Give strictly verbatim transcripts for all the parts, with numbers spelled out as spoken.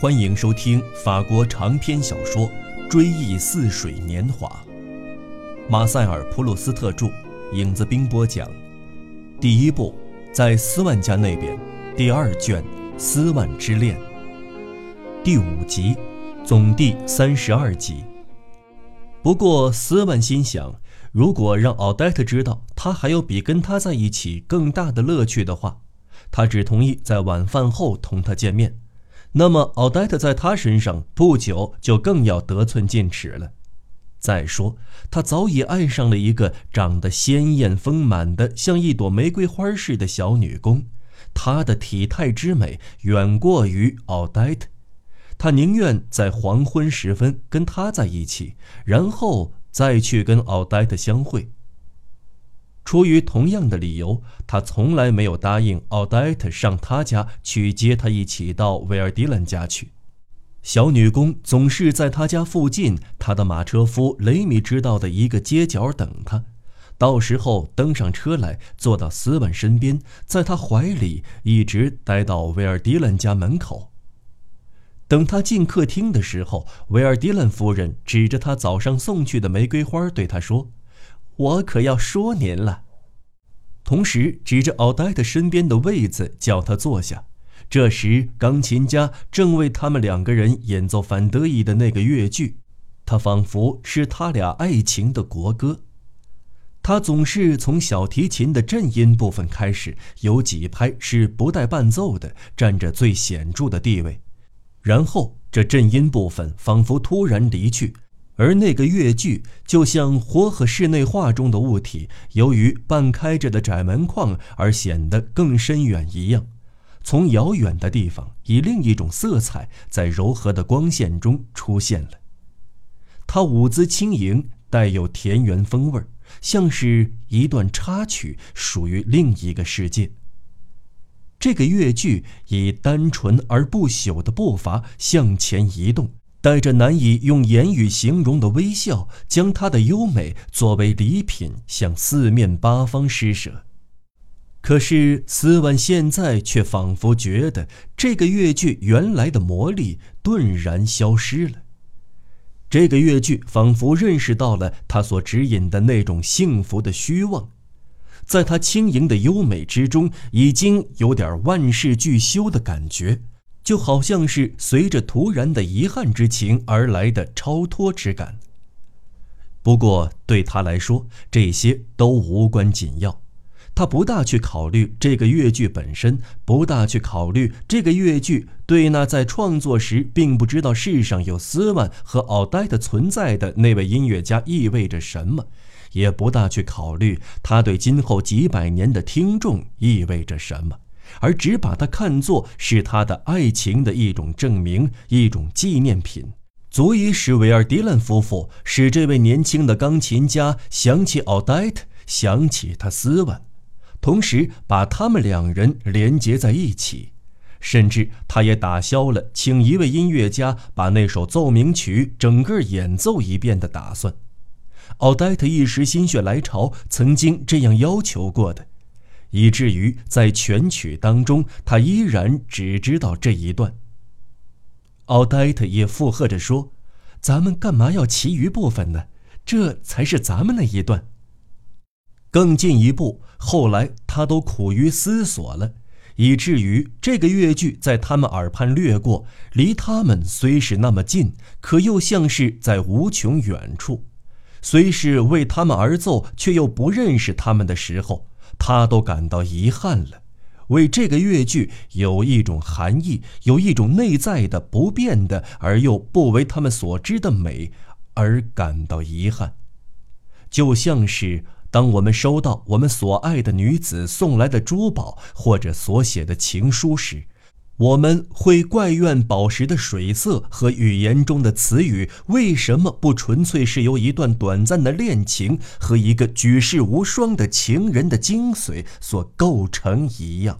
欢迎收听法国长篇小说《追忆似水年华》，马塞尔·普鲁斯特著，影子兵播讲。第一部，在斯万家那边，第二卷《斯万之恋》，第五集，总第三十二集。不过斯万心想，如果让奥黛特知道他还有比跟他在一起更大的乐趣的话，他只同意在晚饭后同他见面。那么奥黛特在他身上不久就更要得寸进尺了。再说他早已爱上了一个长得鲜艳丰满的像一朵玫瑰花似的小女工，她的体态之美远过于奥黛特，他宁愿在黄昏时分跟她在一起，然后再去跟奥黛特相会。出于同样的理由，他从来没有答应奥黛特上他家去接他一起到维尔迪兰家去。小女工总是在他家附近他的马车夫雷米知道的一个街角等他，到时候登上车来，坐到斯万身边，在他怀里一直待到维尔迪兰家门口。等他进客厅的时候，维尔迪兰夫人指着他早上送去的玫瑰花对他说：“我可要说您了。”同时指着奥黛特身边的位子叫他坐下。这时钢琴家正为他们两个人演奏范德伊的那个乐句，他仿佛是他俩爱情的国歌。他总是从小提琴的震音部分开始，有几拍是不带伴奏的，占着最显著的地位，然后这震音部分仿佛突然离去，而那个乐句就像活和室内画中的物体由于半开着的窄门框而显得更深远一样，从遥远的地方以另一种色彩在柔和的光线中出现了。它舞姿轻盈，带有田园风味，像是一段插曲，属于另一个世界。这个乐句以单纯而不朽的步伐向前移动，带着难以用言语形容的微笑，将它的优美作为礼品向四面八方施舍。可是斯万现在却仿佛觉得这个乐句原来的魔力顿然消失了。这个乐句仿佛认识到了他所指引的那种幸福的虚妄，在它轻盈的优美之中已经有点万事俱休的感觉，就好像是随着突然的遗憾之情而来的超脱之感。不过对他来说，这些都无关紧要。他不大去考虑这个乐句本身，不大去考虑这个乐句对那在创作时并不知道世上有斯万和奥黛特存在的那位音乐家意味着什么，也不大去考虑他对今后几百年的听众意味着什么，而只把它看作是他的爱情的一种证明，一种纪念品，足以使维尔迪兰夫妇，使这位年轻的钢琴家想起奥黛特，想起他斯万，同时把他们两人连结在一起。甚至他也打消了请一位音乐家把那首奏鸣曲整个演奏一遍的打算。奥黛特一时心血来潮，曾经这样要求过的，以至于在全曲当中他依然只知道这一段。奥黛特也附和着说：“咱们干嘛要其余部分呢？这才是咱们那一段。”更进一步，后来他都苦于思索了，以至于这个乐句在他们耳畔掠过，离他们虽是那么近，可又像是在无穷远处。虽是为他们而奏，却又不认识他们的时候，他都感到遗憾了，为这个乐句有一种含义，有一种内在的不变的而又不为他们所知的美而感到遗憾。就像是当我们收到我们所爱的女子送来的珠宝或者所写的情书时，我们会怪怨宝石的水色和语言中的词语为什么不纯粹是由一段短暂的恋情和一个举世无双的情人的精髓所构成一样。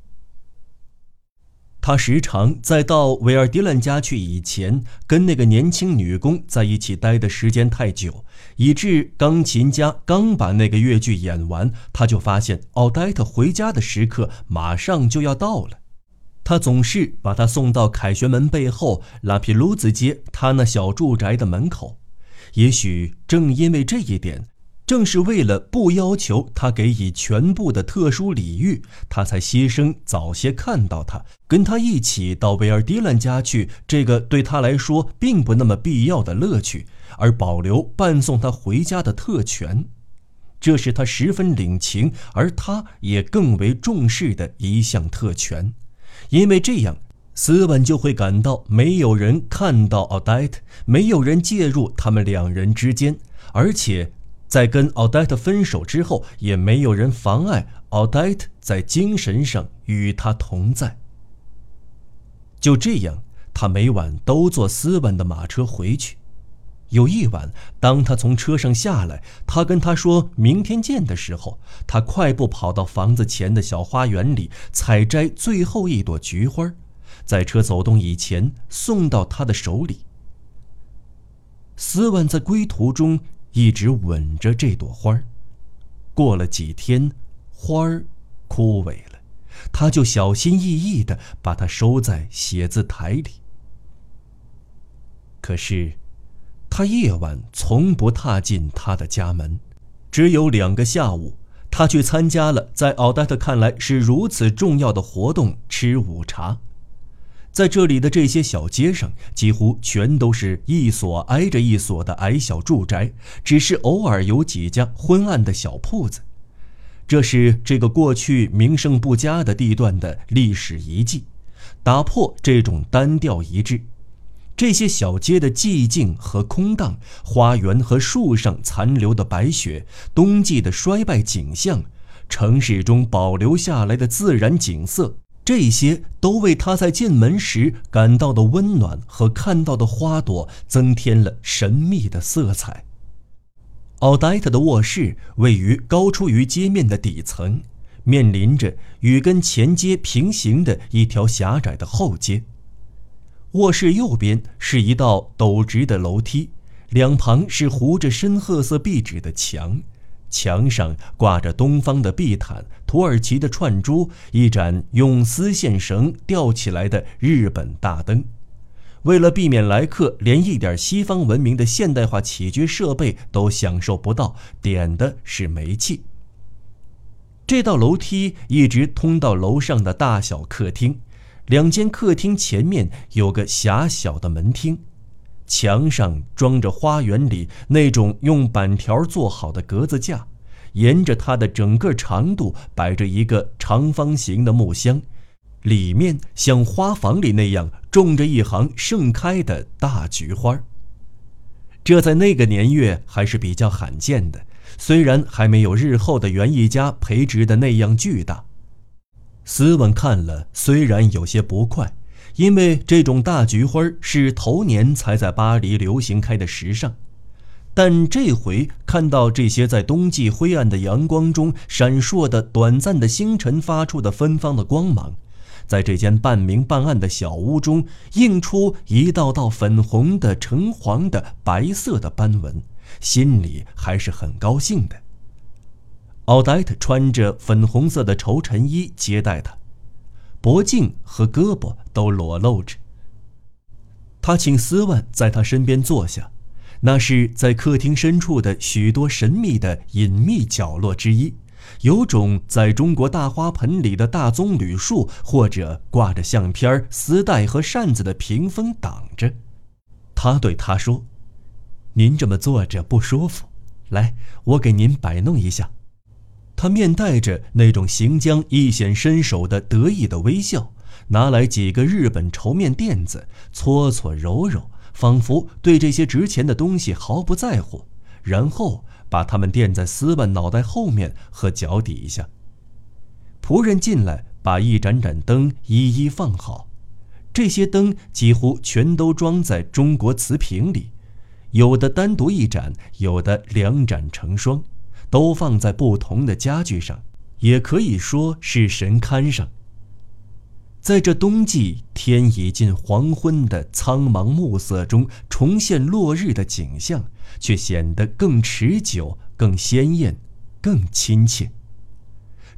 他时常在到维尔迪兰家去以前，跟那个年轻女工在一起待的时间太久，以致钢琴家刚把那个乐句演完，他就发现奥黛特回家的时刻马上就要到了。 他总是把他送到凯旋门背后拉皮卢兹街他那小住宅的门口。也许正因为这一点，正是为了不要求他给予全部的特殊礼遇，他才牺牲早些看到他，跟他一起到维尔迪兰家去，这个对他来说并不那么必要的乐趣，而保留伴送他回家的特权。这是他十分领情，而他也更为重视的一项特权。因为这样，斯文就会感到没有人看到奥黛特，没有人介入他们两人之间，而且在跟奥黛特分手之后，也没有人妨碍奥黛特在精神上与他同在。就这样，他每晚都坐斯文的马车回去。有一晚，当他从车上下来，他跟他说明天见的时候，他快步跑到房子前的小花园里，采摘最后一朵菊花，在车走动以前送到他的手里。斯万在归途中一直吻着这朵花，过了几天，花儿枯萎了，他就小心翼翼地把它收在写字台里。可是他夜晚从不踏进他的家门，只有两个下午，他去参加了在奥黛特看来是如此重要的活动——吃午茶。在这里的这些小街上，几乎全都是一所挨着一所的矮小住宅，只是偶尔有几家昏暗的小铺子。这是这个过去名声不佳的地段的历史遗迹，打破这种单调一致。这些小街的寂静和空荡，花园和树上残留的白雪，冬季的衰败景象，城市中保留下来的自然景色，这些都为他在进门时感到的温暖和看到的花朵增添了神秘的色彩。奥黛特的卧室位于高出于街面的底层，面临着与跟前街平行的一条狭窄的后街。卧室右边是一道陡直的楼梯，两旁是糊着深褐色壁纸的墙，墙上挂着东方的地毯、土耳其的串珠，一盏用丝线绳吊起来的日本大灯。为了避免来客连一点西方文明的现代化起居设备都享受不到，点的是煤气。这道楼梯一直通到楼上的大小客厅，两间客厅前面有个狭小的门厅，墙上装着花园里那种用板条做好的格子架，沿着它的整个长度摆着一个长方形的木箱，里面像花房里那样种着一行盛开的大菊花。这在那个年月还是比较罕见的，虽然还没有日后的园艺家培植的那样巨大。斯文看了，虽然有些不快，因为这种大菊花是头年才在巴黎流行开的时尚，但这回看到这些在冬季灰暗的阳光中闪烁的短暂的星辰发出的芬芳的光芒，在这间半明半暗的小屋中映出一道道粉红的、橙黄的、白色的斑纹，心里还是很高兴的。奥黛特穿着粉红色的绸衬衣接待他，脖颈和胳膊都裸露着。他请斯万在他身边坐下，那是在客厅深处的许多神秘的隐秘角落之一，有种在中国大花盆里的大棕榈树，或者挂着相片、丝带和扇子的屏风挡着。他对他说：“您这么坐着不舒服，来，我给您摆弄一下。”他面带着那种行将一显身手的得意的微笑，拿来几个日本绸面垫子，搓搓揉揉，仿佛对这些值钱的东西毫不在乎，然后把它们垫在斯万脑袋后面和脚底下。仆人进来，把一盏盏灯一一放好，这些灯几乎全都装在中国瓷瓶里，有的单独一盏，有的两盏成双，都放在不同的家具上，也可以说是神龛上。在这冬季天已近黄昏的苍茫暮色中重现落日的景象，却显得更持久、更鲜艳、更亲切。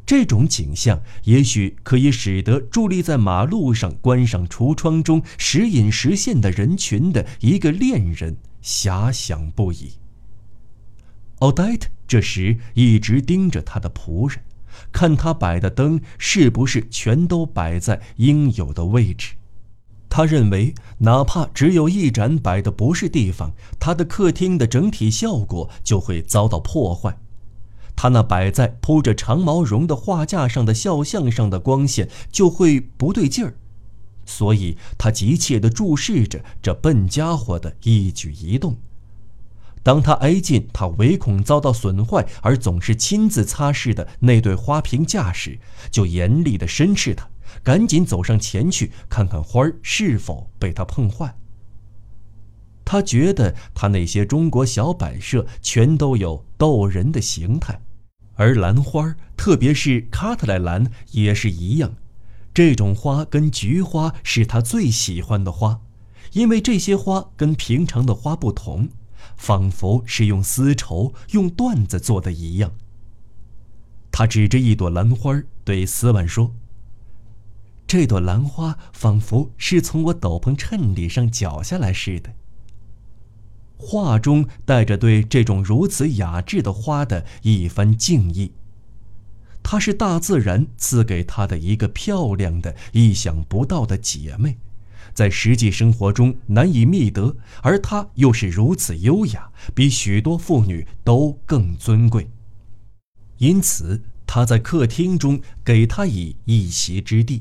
这种景象也许可以使得伫立在马路上观赏橱窗中时隐时现的人群的一个恋人遐想不已。奥黛特这时一直盯着他的仆人，看他摆的灯是不是全都摆在应有的位置。他认为哪怕只有一盏摆的不是地方，他的客厅的整体效果就会遭到破坏。他那摆在铺着长毛绒的画架上的肖像上的光线就会不对劲儿，所以他急切地注视着这笨家伙的一举一动。当他挨近他唯恐遭到损坏而总是亲自擦拭的那对花瓶架时，就严厉地申斥他，赶紧走上前去看看花儿是否被他碰坏。他觉得他那些中国小摆设全都有逗人的形态，而兰花，特别是卡特莱兰也是一样。这种花跟菊花是他最喜欢的花，因为这些花跟平常的花不同，仿佛是用丝绸、用缎子做的一样。他指着一朵兰花对斯万说：“这朵兰花仿佛是从我斗篷衬里上绞下来似的。”话中带着对这种如此雅致的花的一番敬意。她是大自然赐给她的一个漂亮的、意想不到的姐妹，在实际生活中难以觅得，而她又是如此优雅，比许多妇女都更尊贵。因此，她在客厅中给她以一席之地。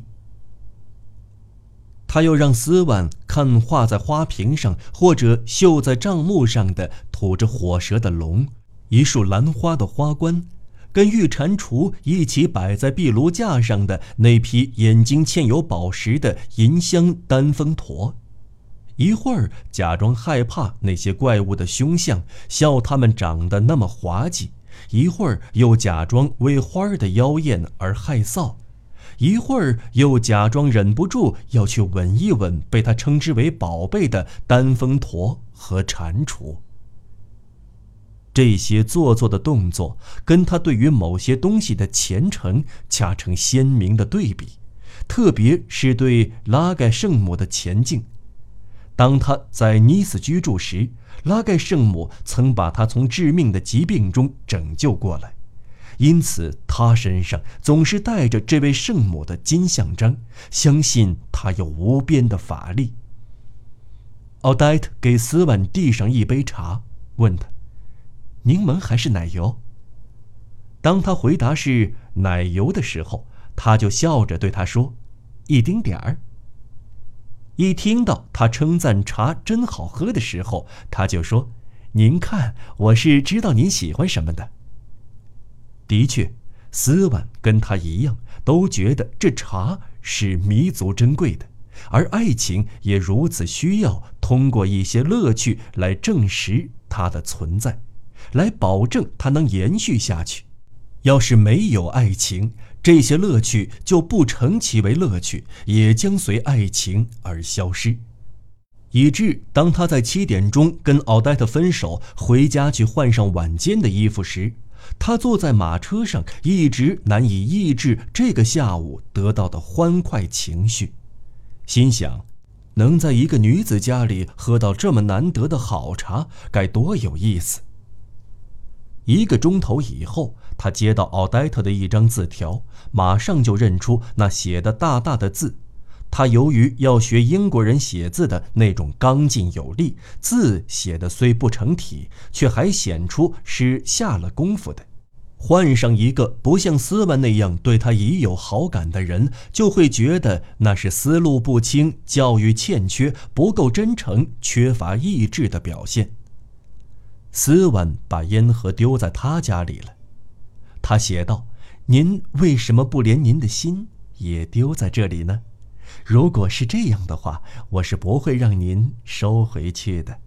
他又让斯万看画在花瓶上或者绣在帐幕上的吐着火舌的龙，一束兰花的花冠，跟玉蟾蜍一起摆在壁炉架上的那匹眼睛嵌有宝石的银镶丹峰驼。一会儿假装害怕那些怪物的凶相，笑它们长得那么滑稽；一会儿又假装为花儿的妖艳而害臊。一会儿又假装忍不住要去吻一吻被他称之为宝贝的丹峰驼和蟾蜍。这些做作的动作跟他对于某些东西的虔诚恰成鲜明的对比，特别是对拉盖圣母的前进。当他在尼斯居住时，拉盖圣母曾把他从致命的疾病中拯救过来，因此他身上总是带着这位圣母的金像章，相信他有无边的法力。奥黛特给斯万递上一杯茶，问他：“柠檬还是奶油？”当他回答是奶油的时候，他就笑着对他说：“一丁点儿。”一听到他称赞茶真好喝的时候，他就说：“您看，我是知道您喜欢什么的。”的确，斯万跟他一样，都觉得这茶是弥足珍贵的，而爱情也如此需要通过一些乐趣来证实它的存在，来保证它能延续下去。要是没有爱情，这些乐趣就不成其为乐趣，也将随爱情而消失。以致当他在七点钟跟奥黛特分手，回家去换上晚间的衣服时，他坐在马车上，一直难以抑制这个下午得到的欢快情绪，心想，能在一个女子家里喝到这么难得的好茶，该多有意思。一个钟头以后，他接到奥黛特的一张字条，马上就认出那写的大大的字。他由于要学英国人写字的那种刚劲有力，字写的虽不成体，却还显出是下了功夫的。换上一个不像斯万那样对他已有好感的人，就会觉得那是思路不清、教育欠缺、不够真诚、缺乏意志的表现。斯万把烟盒丢在他家里了。他写道：“您为什么不连您的心也丢在这里呢？如果是这样的话，我是不会让您收回去的。”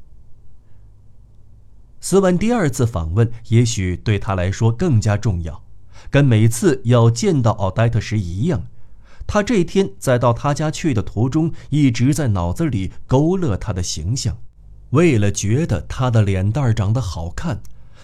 斯万第二次访问也许对他来说更加重要，跟每次要见到奥黛特时一样，他这天在到他家去的途中，一直在脑子里勾勒他的形象。为了觉得他的脸蛋长得好看，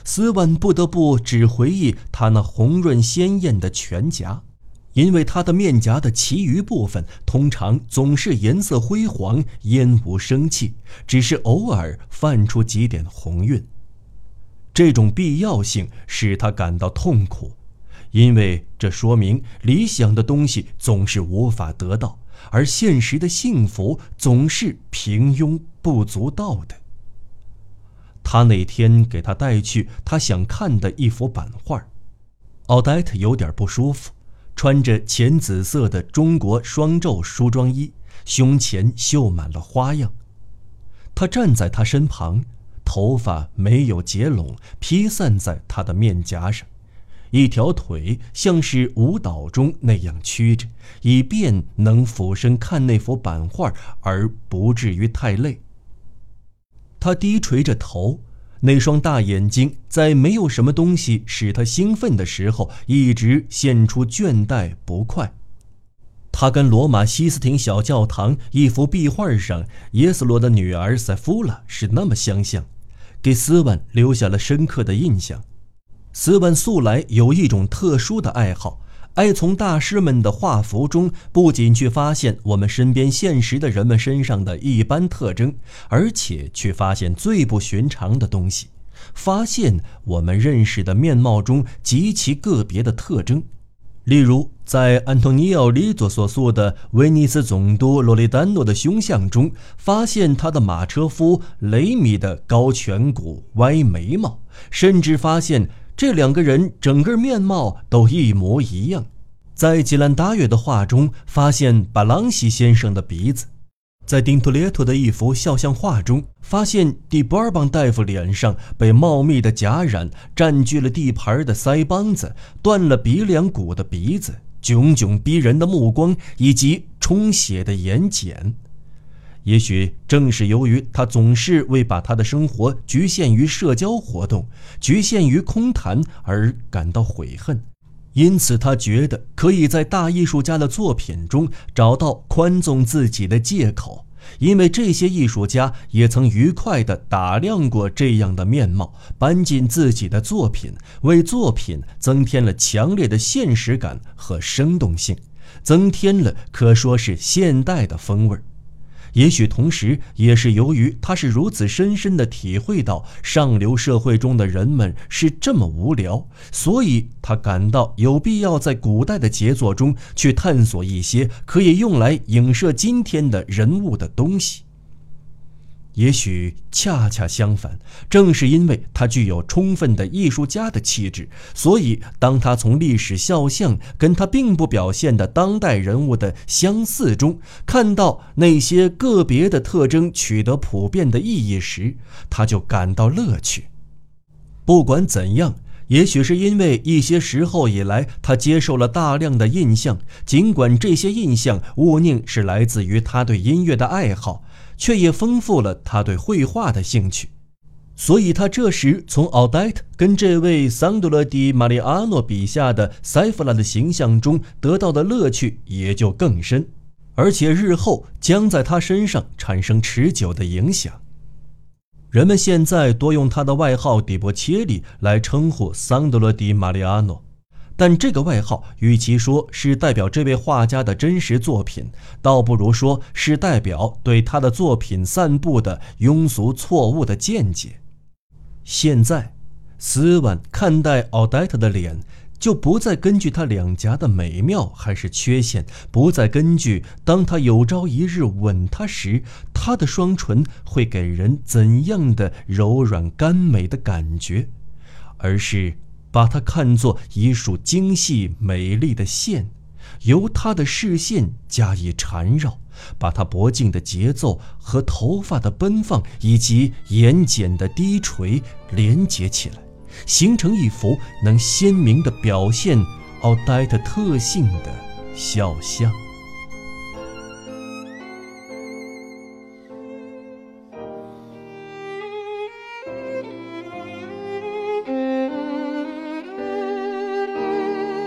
斯万不得不只回忆他那红润鲜艳的拳颊，因为他的面颊的其余部分通常总是颜色辉煌，烟无生气，只是偶尔泛出几点红晕。这种必要性使他感到痛苦，因为这说明理想的东西总是无法得到，而现实的幸福总是平庸不足道的。他那天给他带去他想看的一幅版画，奥黛特有点不舒服，穿着浅紫色的中国双皱梳妆衣，胸前绣满了花样。他站在他身旁，头发没有结拢，披散在他的面颊上，一条腿像是舞蹈中那样曲着，以便能俯身看那幅版画而不至于太累。他低垂着头，那双大眼睛在没有什么东西使他兴奋的时候一直现出倦怠不快。他跟罗马西斯廷小教堂一幅壁画上耶斯罗的女儿塞夫拉是那么相像，给斯万留下了深刻的印象。斯万素来有一种特殊的爱好，爱从大师们的画幅中不仅去发现我们身边现实的人们身上的一般特征，而且去发现最不寻常的东西，发现我们认识的面貌中极其个别的特征。例如在安东尼奥·里佐所塑的威尼斯总督罗雷丹诺的胸像中，发现他的马车夫雷米的高颧骨、歪眉毛，甚至发现这两个人整个面貌都一模一样。在吉兰达约的画中发现巴朗西先生的鼻子，在丁图列托的一幅肖像画中发现第不二磅大夫脸上被茂密的假染占据了地盘的腮帮子，断了鼻梁骨的鼻子，炯炯逼人的目光以及充血的眼睑。也许正是由于他总是为把他的生活局限于社交活动，局限于空谈而感到悔恨，因此他觉得可以在大艺术家的作品中找到宽纵自己的借口，因为这些艺术家也曾愉快地打量过这样的面貌，搬进自己的作品，为作品增添了强烈的现实感和生动性，增添了可说是现代的风味。也许同时也是由于他是如此深深地体会到上流社会中的人们是这么无聊，所以他感到有必要在古代的杰作中去探索一些可以用来影射今天的人物的东西。也许恰恰相反，正是因为他具有充分的艺术家的气质，所以当他从历史肖像跟他并不表现的当代人物的相似中看到那些个别的特征取得普遍的意义时，他就感到乐趣。不管怎样，也许是因为一些时候以来他接受了大量的印象，尽管这些印象毋宁是来自于他对音乐的爱好，却也丰富了他对绘画的兴趣。所以他这时从奥黛特跟这位桑德罗·迪·马里阿诺笔下的塞弗拉的形象中得到的乐趣也就更深，而且日后将在他身上产生持久的影响。人们现在多用他的外号底波切利来称呼桑德罗·迪·马里阿诺，但这个外号与其说是代表这位画家的真实作品，倒不如说是代表对他的作品散布的庸俗错误的见解。现在斯万看待奥黛特的脸，就不再根据他两颊的美妙还是缺陷，不再根据当他有朝一日吻她时，他的双唇会给人怎样的柔软甘美的感觉，而是把它看作一束精细美丽的线，由他的视线加以缠绕，把他脖颈的节奏和头发的奔放以及眼睑的低垂连接起来，形成一幅能鲜明地表现奥黛特特性的肖像。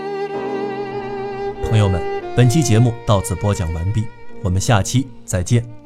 朋友们，本期节目到此播讲完毕，我们下期再见。